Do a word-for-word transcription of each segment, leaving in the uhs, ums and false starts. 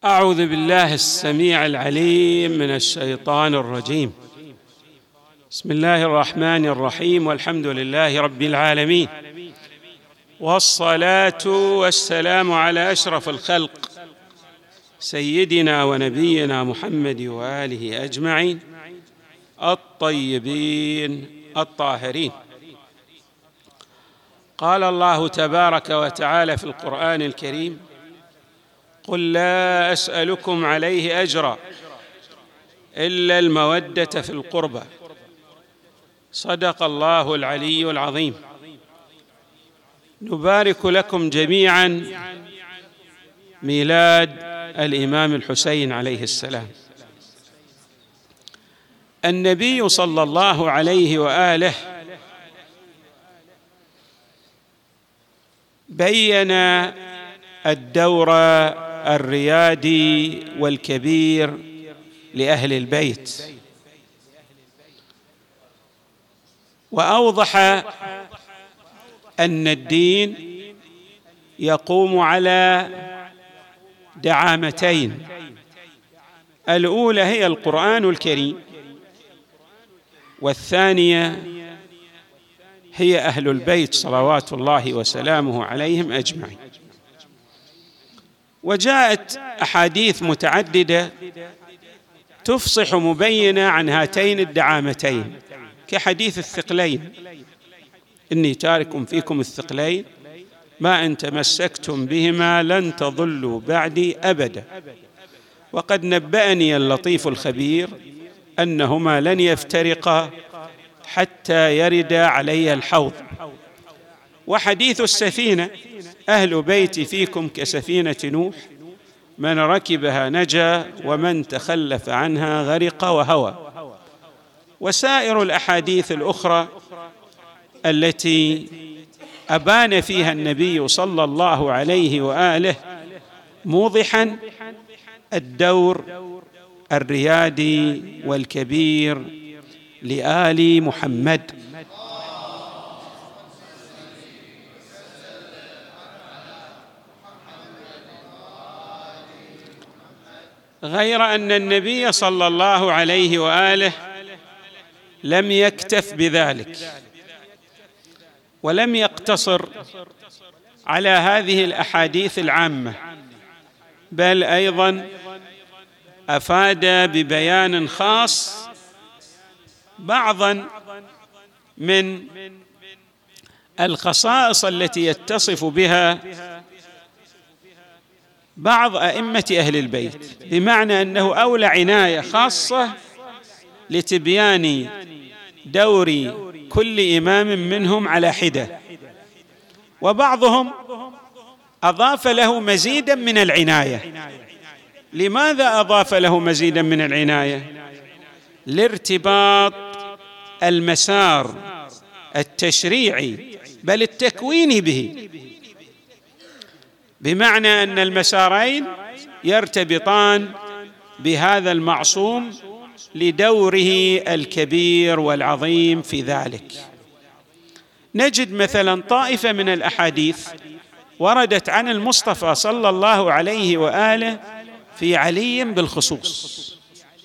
أعوذ بالله السميع العليم من الشيطان الرجيم. بسم الله الرحمن الرحيم، والحمد لله رب العالمين، والصلاة والسلام على أشرف الخلق سيدنا ونبينا محمد وآله أجمعين الطيبين الطاهرين. قال الله تبارك وتعالى في القرآن الكريم: قل لا أسألكم عليه أجرا إلا المودة في القربى. صدق الله العلي العظيم. نبارك لكم جميعا ميلاد الإمام الحسين عليه السلام. النبي صلى الله عليه وآله بين الدور الريادي والكبير لأهل البيت، وأوضح أن الدين يقوم على دعامتين: الأولى هي القرآن الكريم، والثانية هي أهل البيت صلوات الله وسلامه عليهم أجمعين. وجاءت أحاديث متعددة تفصح مبينة عن هاتين الدعامتين، كحديث الثقلين: إني تارك فيكم الثقلين ما إن تمسكتم بهما لن تضلوا بعدي أبدا. وقد نبأني اللطيف الخبير أنهما لن يفترقا حتى يرد علي الحوض. وحديث السفينة: أهل بيتي فيكم كسفينة نوح، من ركبها نجا ومن تخلف عنها غرق وهوى. وسائر الأحاديث الأخرى التي أبان فيها النبي صلى الله عليه وآله موضحا الدور الريادي والكبير لآل محمد. غير أن النبي صلى الله عليه وآله لم يكتف بذلك، ولم يقتصر على هذه الأحاديث العامة، بل أيضاً أفاد ببيان خاص بعضاً من الخصائص التي يتصف بها بعض أئمة أهل البيت، بمعنى أنه أولى عناية خاصة لتبيان دور كل إمام منهم على حدة. وبعضهم أضاف له مزيداً من العناية. لماذا أضاف له مزيداً من العناية؟ لارتباط المسار التشريعي بل التكويني به، بمعنى أن المسارين يرتبطان بهذا المعصوم لدوره الكبير والعظيم في ذلك. نجد مثلا طائفة من الأحاديث وردت عن المصطفى صلى الله عليه وآله في علي بالخصوص،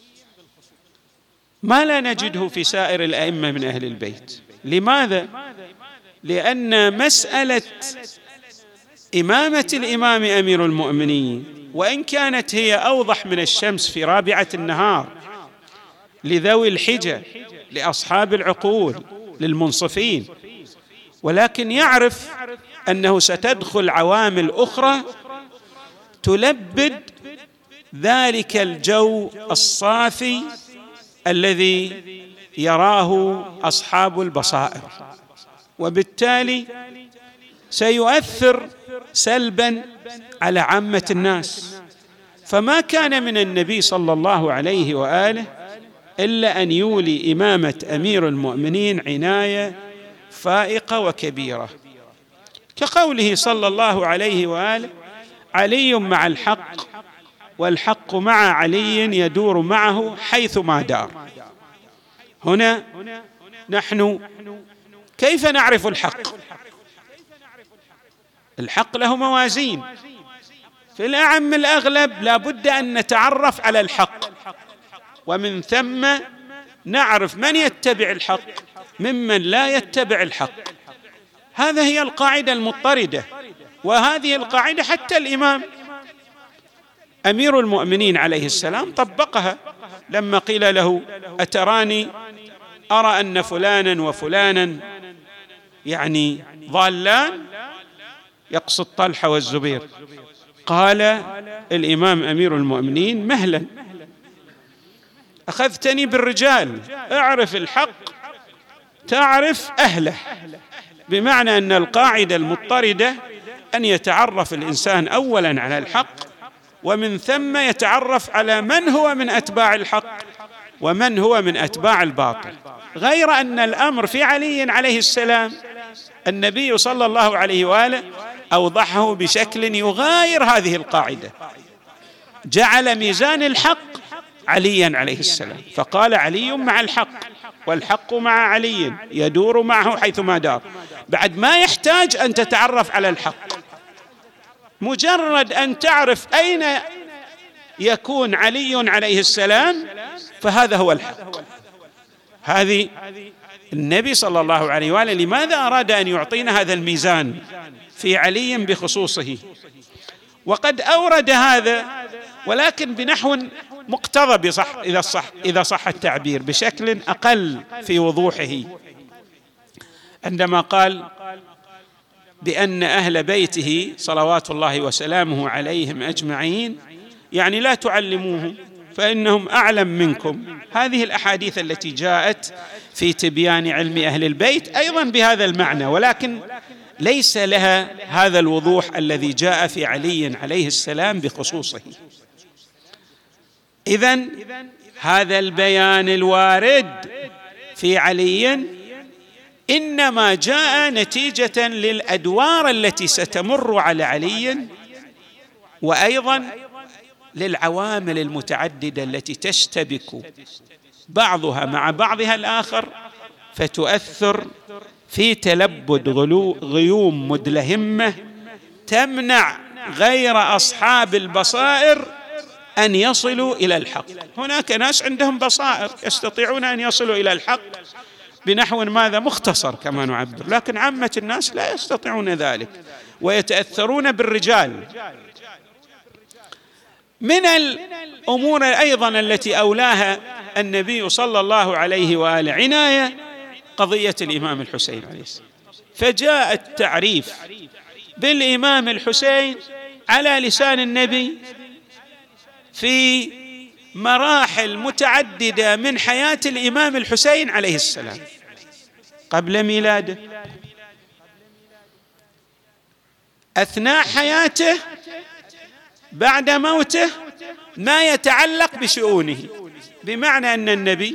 ما لا نجده في سائر الأئمة من أهل البيت. لماذا؟ لأن مسألة إمامة الإمام أمير المؤمنين، وإن كانت هي أوضح من الشمس في رابعة النهار لذوي الحجة، لأصحاب العقول، للمنصفين، ولكن يعرف أنه ستدخل عوامل أخرى تلبد ذلك الجو الصافي الذي يراه أصحاب البصائر، وبالتالي سيؤثر سلباً على عامة الناس. فما كان من النبي صلى الله عليه وآله إلا أن يولي إمامة أمير المؤمنين عناية فائقة وكبيرة، كقوله صلى الله عليه وآله: علي مع الحق والحق مع علي يدور معه حيثما دار. هنا نحن كيف نعرف الحق؟ الحق له موازين، في الأعم الأغلب لا بد أن نتعرف على الحق، ومن ثم نعرف من يتبع الحق ممن لا يتبع الحق. هذه هي القاعدة المضطردة، وهذه القاعدة حتى الإمام أمير المؤمنين عليه السلام طبقها لما قيل له: أتراني أرى أن فلانا وفلانا يعني ضالان، يقصد طلحة والزبير. قال الإمام أمير المؤمنين: مهلا، أخذتني بالرجال، أعرف الحق تعرف أهله. بمعنى أن القاعدة المضطردة أن يتعرف الإنسان أولاً على الحق، ومن ثم يتعرف على من هو من أتباع الحق ومن هو من أتباع الباطل. غير أن الأمر في علي عليه السلام النبي صلى الله عليه وآله أوضحه بشكل يغاير هذه القاعدة، جعل ميزان الحق عليا عليه السلام، فقال: علي مع الحق والحق مع علي يدور معه حيثما دار. بعد ما يحتاج أن تتعرف على الحق، مجرد أن تعرف أين يكون علي عليه السلام فهذا هو الحق. هذه النبي صلى الله عليه وآله لماذا أراد أن يعطينا هذا الميزان في علي بخصوصه؟ وقد أورد هذا ولكن بنحو مقتضب، بصح إذا صح إذا صح التعبير، بشكل أقل في وضوحه، عندما قال بأن أهل بيته صلوات الله وسلامه عليهم أجمعين يعني لا تعلموهم فإنهم أعلم منكم. هذه الأحاديث التي جاءت في تبيان علم أهل البيت أيضا بهذا المعنى، ولكن ليس لها هذا الوضوح الذي جاء في علي عليه السلام بخصوصه. إذن هذا البيان الوارد في علي إنما جاء نتيجة للأدوار التي ستمر على علي، وأيضا للعوامل المتعددة التي تشتبك بعضها مع بعضها الآخر فتؤثر في تلبد غيوم مدلهمة تمنع غير أصحاب البصائر أن يصلوا إلى الحق. هناك ناس عندهم بصائر يستطيعون أن يصلوا إلى الحق بنحو ماذا مختصر كما نعبر، لكن عامة الناس لا يستطيعون ذلك ويتأثرون بالرجال. من الأمور أيضا التي أولاها النبي صلى الله عليه وآله عناية قضية الإمام الحسين عليه السلام، فجاء التعريف بالإمام الحسين على لسان النبي في مراحل متعددة من حياة الإمام الحسين عليه السلام، قبل ميلاده، أثناء حياته، بعد موته، ما يتعلق بشؤونه. بمعنى أن النبي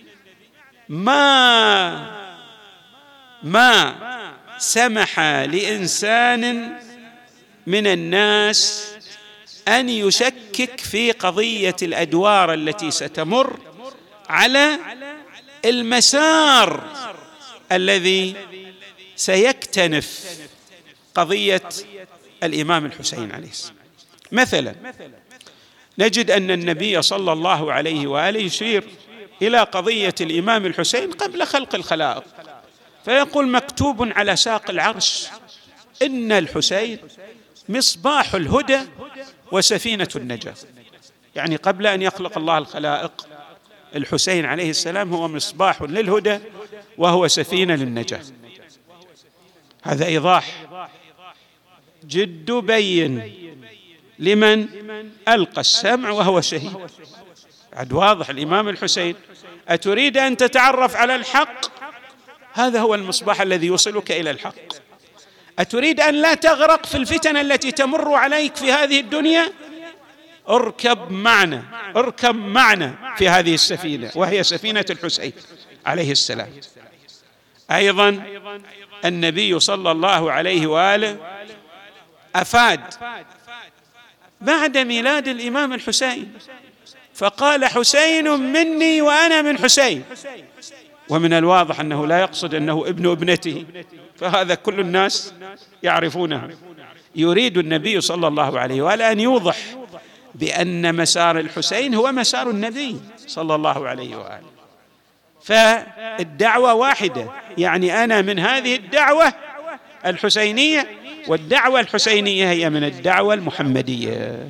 ما ما سمح لإنسان من الناس أن يشكك في قضية الأدوار التي ستمر على المسار الذي سيكتنف قضية الإمام الحسين عليه السلام. مثلا نجد أن النبي صلى الله عليه وآله يشير إلى قضية الإمام الحسين قبل خلق الخلائق، فيقول: مكتوب على ساق العرش إن الحسين مصباح الهدى وسفينة النجاة. يعني قبل أن يخلق الله الخلائق الحسين عليه السلام هو مصباح للهدى وهو سفينة للنجاة. هذا إيضاح جد بين لمن ألقى السمع وهو شهيد. عد واضح الإمام الحسين، أتريد أن تتعرف على الحق؟ هذا هو المصباح الذي يوصلك إلى الحق. أتريد أن لا تغرق في الفتن التي تمر عليك في هذه الدنيا؟ اركب معنا اركب معنا في هذه السفينة، وهي سفينة الحسين عليه السلام. أيضا النبي صلى الله عليه وآله أفاد بعد ميلاد الإمام الحسين فقال: حسين مني وأنا من حسين. ومن الواضح أنه لا يقصد أنه ابن ابنته، فهذا كل الناس يعرفونها. يريد النبي صلى الله عليه وآله أن يوضح بأن مسار الحسين هو مسار النبي صلى الله عليه وآله، فالدعوة واحدة، يعني أنا من هذه الدعوة الحسينية، والدعوة الحسينية هي من الدعوة المحمدية.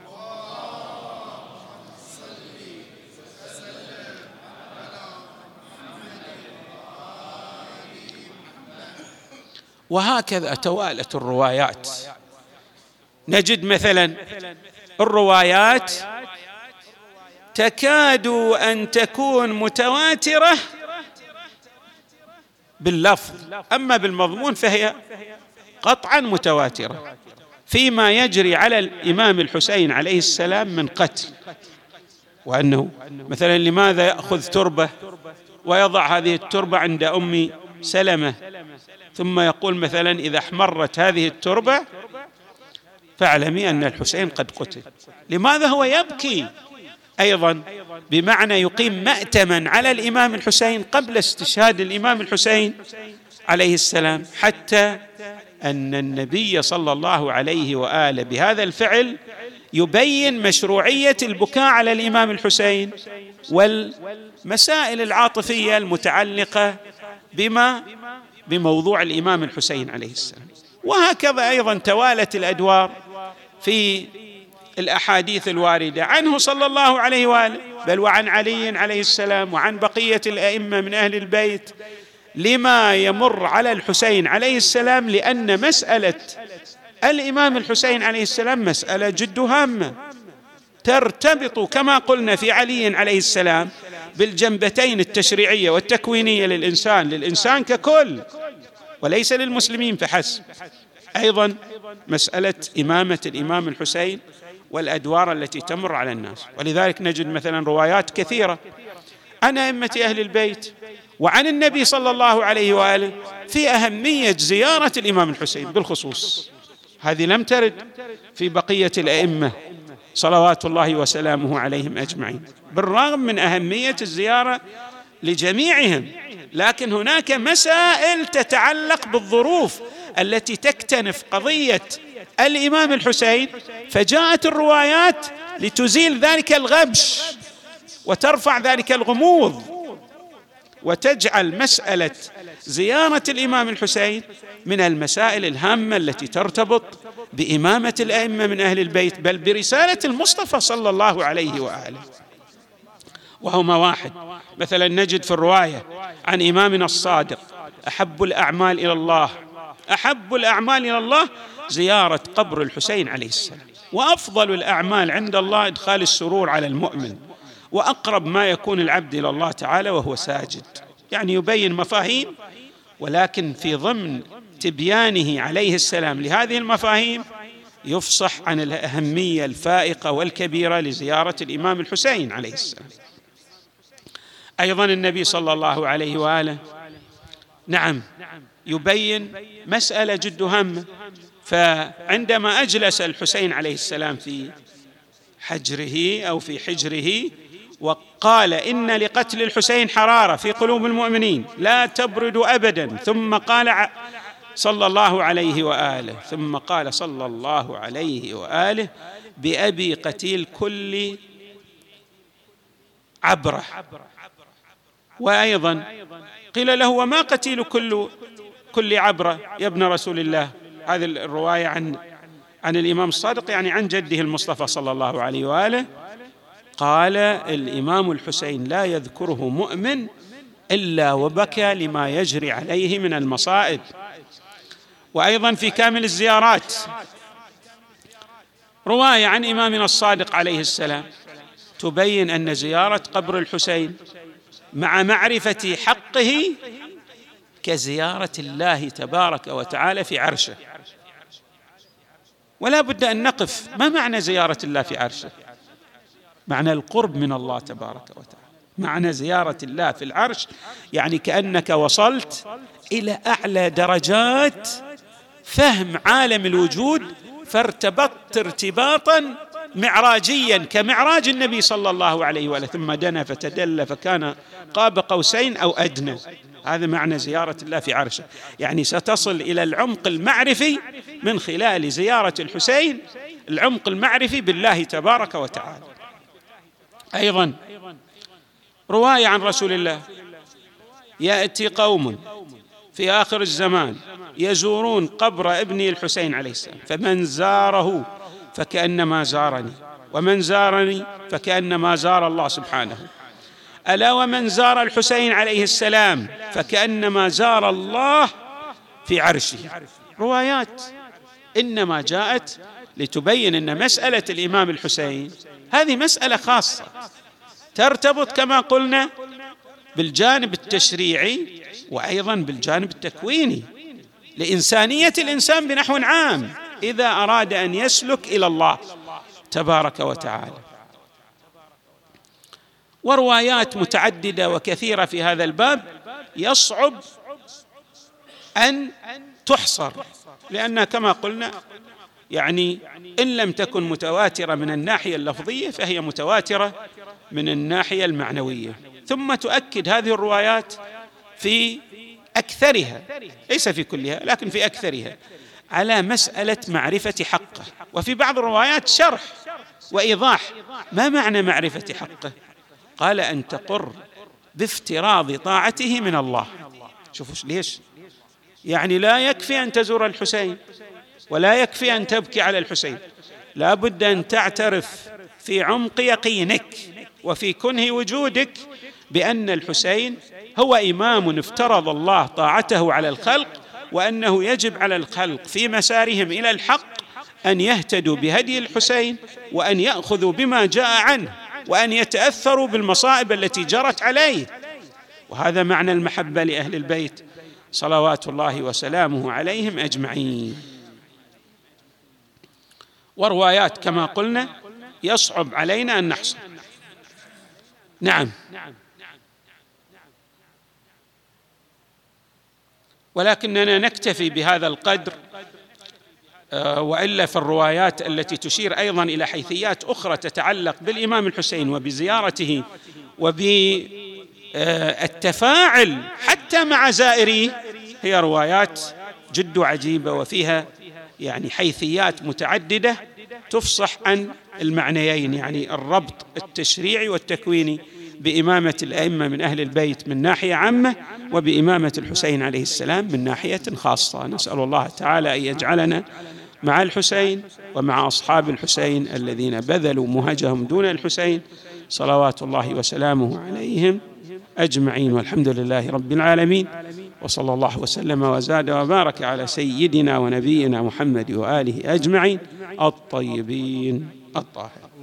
وهكذا توالت الروايات. نجد مثلا الروايات تكاد أن تكون متواترة باللفظ، أما بالمضمون فهي قطعا متواترة فيما يجري على الإمام الحسين عليه السلام من قتل، وأنه مثلا لماذا يأخذ تربة ويضع هذه التربة عند أم سلمة، ثم يقول مثلا إذا احمرت هذه التربة فاعلمي أن الحسين قد قتل. لماذا هو يبكي أيضا؟ بمعنى يقيم مأتما على الإمام الحسين قبل استشهاد الإمام الحسين عليه السلام، حتى أن النبي صلى الله عليه وآله بهذا الفعل يبين مشروعية البكاء على الإمام الحسين والمسائل العاطفية المتعلقة بما بموضوع الإمام الحسين عليه السلام. وهكذا أيضا توالت الأدوار في الأحاديث الواردة عنه صلى الله عليه وآله، بل وعن علي عليه السلام وعن بقية الأئمة من أهل البيت لما يمر على الحسين عليه السلام، لأن مسألة الإمام الحسين عليه السلام مسألة جد هامة ترتبط كما قلنا في علي عليه السلام بالجنبتين التشريعية والتكوينية للإنسان للإنسان ككل وليس للمسلمين فحسب. أيضا مسألة إمامة الإمام الحسين والأدوار التي تمر على الناس، ولذلك نجد مثلا روايات كثيرة عن أئمة أهل البيت وعن النبي صلى الله عليه وآله في أهمية زيارة الإمام الحسين بالخصوص، هذه لم ترد في بقية الأئمة صلوات الله وسلامه عليهم أجمعين، بالرغم من أهمية الزيارة لجميعهم، لكن هناك مسائل تتعلق بالظروف التي تكتنف قضية الإمام الحسين، فجاءت الروايات لتزيل ذلك الغبش وترفع ذلك الغموض وتجعل مسألة زيارة الإمام الحسين من المسائل الهامة التي ترتبط بإمامة الأئمة من أهل البيت، بل برسالة المصطفى صلى الله عليه وآله. وهما واحد. مثلا نجد في الرواية عن إمامنا الصادق أحب الأعمال إلى الله أحب الأعمال إلى الله زيارة قبر الحسين عليه السلام، وأفضل الأعمال عند الله إدخال السرور على المؤمن، وأقرب ما يكون العبد إلى الله تعالى وهو ساجد. يعني يبين مفاهيم، ولكن في ضمن تبيانه عليه السلام لهذه المفاهيم يفصح عن الأهمية الفائقة والكبيرة لزيارة الإمام الحسين عليه السلام. أيضا النبي صلى الله عليه وآله نعم يبين مسألة جد هامة، فعندما أجلس الحسين عليه السلام في حجره أو في حجره وقال إن لقتل الحسين حرارة في قلوب المؤمنين لا تبرد أبدا، ثم قال صلى الله عليه وآله ثم قال صلى الله عليه وآله بأبي قتيل كل عبرة. وأيضا قيل له وما قتيل كل كل عبرة يا ابن رسول الله؟ هذه الرواية عن عن الإمام الصادق، يعني عن جده المصطفى صلى الله عليه وآله. قال الإمام الحسين لا يذكره مؤمن إلا وبكى لما يجري عليه من المصائب. وأيضا في كامل الزيارات رواية عن إمامنا الصادق عليه السلام تبين أن زيارة قبر الحسين مع معرفة حقه كزيارة الله تبارك وتعالى في عرشه. ولا بد أن نقف، ما معنى زيارة الله في عرشه؟ معنى القرب من الله تبارك وتعالى. معنى زيارة الله في العرش يعني كأنك وصلت إلى أعلى درجات فهم عالم الوجود، فارتبطت ارتباطا معراجيا كمعراج النبي صلى الله عليه وآله، ثم دنا فتدلى فكان قاب قوسين أو أدنى. هذا معنى زيارة الله في عرشه، يعني ستصل إلى العمق المعرفي من خلال زيارة الحسين، العمق المعرفي بالله تبارك وتعالى. أيضا رواية عن رسول الله: يأتي قوم في آخر الزمان يزورون قبر ابني الحسين عليه السلام، فمن زاره فكأنما زارني، ومن زارني فكأنما زار الله سبحانه، ألا ومن زار الحسين عليه السلام فكأنما زار الله في عرشه. روايات إنما جاءت لتبين أن مسألة الإمام الحسين هذه مسألة خاصة ترتبط كما قلنا بالجانب التشريعي وأيضا بالجانب التكويني لإنسانية الإنسان بنحو عام إذا أراد أن يسلك إلى الله تبارك وتعالى. وروايات متعددة وكثيرة في هذا الباب يصعب أن تحصر، لأنها كما قلنا يعني إن لم تكن متواترة من الناحية اللفظية فهي متواترة من الناحية المعنوية. ثم تؤكد هذه الروايات في أكثرها، ليس في كلها لكن في أكثرها، على مسألة معرفة حقه. وفي بعض الروايات شرح وإيضاح. ما معنى معرفة حقه؟ قال: أن تقر بافتراض طاعته من الله. شوفوا ليش، يعني لا يكفي أن تزور الحسين ولا يكفي أن تبكي على الحسين، لا بد أن تعترف في عمق يقينك وفي كنه وجودك بأن الحسين هو إمام افترض الله طاعته على الخلق، وأنه يجب على الخلق في مسارهم إلى الحق أن يهتدوا بهدي الحسين، وأن يأخذوا بما جاء عنه، وأن يتأثروا بالمصائب التي جرت عليه. وهذا معنى المحبة لأهل البيت صلوات الله وسلامه عليهم أجمعين. وروايات كما قلنا يصعب علينا أن نحصر. نعم، ولكننا نكتفي بهذا القدر، وإلا في الروايات التي تشير أيضا إلى حيثيات أخرى تتعلق بالإمام الحسين وبزيارته وبالتفاعل حتى مع زائريه هي روايات جد عجيبة، وفيها يعني حيثيات متعددة تفصح عن المعنيين، يعني الربط التشريعي والتكويني بإمامة الأئمة من أهل البيت من ناحية عامة، وبإمامة الحسين عليه السلام من ناحية خاصة. نسأل الله تعالى أن يجعلنا مع الحسين ومع أصحاب الحسين الذين بذلوا مهجهم دون الحسين صلوات الله وسلامه عليهم أجمعين. والحمد لله رب العالمين، وصلى الله وسلم وزاد وبارك على سيدنا ونبينا محمد وآله أجمعين الطيبين الطاهرين.